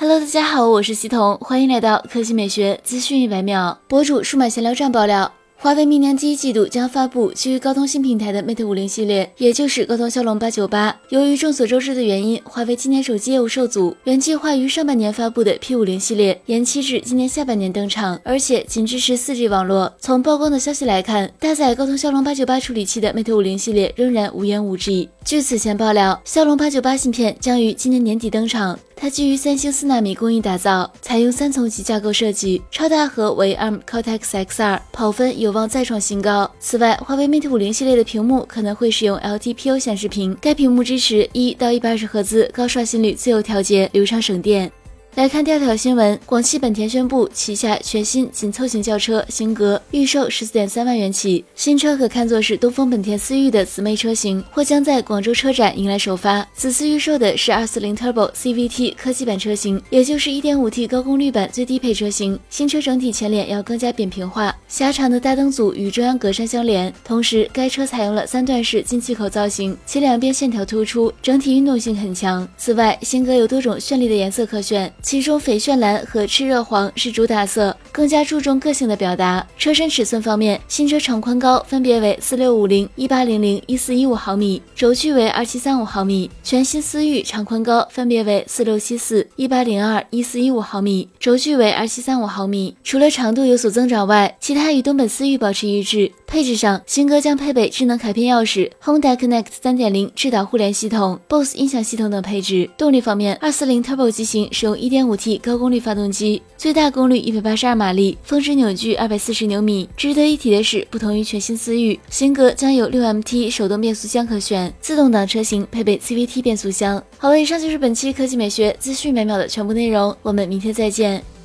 Hello， 大家好，我是西彤，欢迎来到科技美学资讯100秒。博主数码闲聊站爆料，华为明年第一季度将发布基于高通新平台的 Mate 50系列，也就是高通骁龙898。由于众所周知的原因，华为今年手机业务受阻，原计划于上半年发布的 P50 系列延期至今年下半年登场，而且仅支持 4G 网络。从曝光的消息来看，搭载高通骁龙898处理器的 Mate 50系列仍然无缘无 G。据此前爆料，骁龙898芯片将于今年年底登场。它基于三星4纳米工艺打造，采用3层级架构设计，超大核为 ARM Cortex-X2， 跑分有望再创新高。此外，华为 Mate 50系列的屏幕可能会使用 LTPO 显示屏，该屏幕支持1到120赫兹高刷新率自由调节，流畅省电。来看第二条新闻，广汽本田宣布旗下全新紧凑型轿车型格预售 14.3 万元起，新车可看作是东风本田思域的姊妹车型，或将在广州车展迎来首发。此次预售的是240 Turbo CVT 科技版车型，也就是 1.5T 高功率版最低配车型。新车整体前脸要更加扁平化，狭长的大灯组与中央格栅相连，同时该车采用了3段式进气口造型，其两边线条突出，整体运动性很强。此外，新格有多种绚丽的颜色可选，其中翡翠蓝和炽热黄是主打色，更加注重个性的表达。车身尺寸方面，新车长宽高分别为4650、1800、1415毫米，轴距为2735毫米。全新思域长宽高分别为4674、1802、1415毫米，轴距为2735毫米。除了长度有所增长外，其他与东本思域保持一致。配置上，新格将配备智能卡片钥匙、Honda Connect 3.0 智导互联系统、BOSE 音响系统等配置。动力方面，240 Turbo 机型使用 1.5T 高功率发动机，最大功率182马力，峰值扭矩240牛米。值得一提的是，不同于全新思域，新格将有 6MT 手动变速箱可选，自动挡车型配备 CVT 变速箱。好了，以上就是本期科技美学资讯100秒的全部内容，我们明天再见。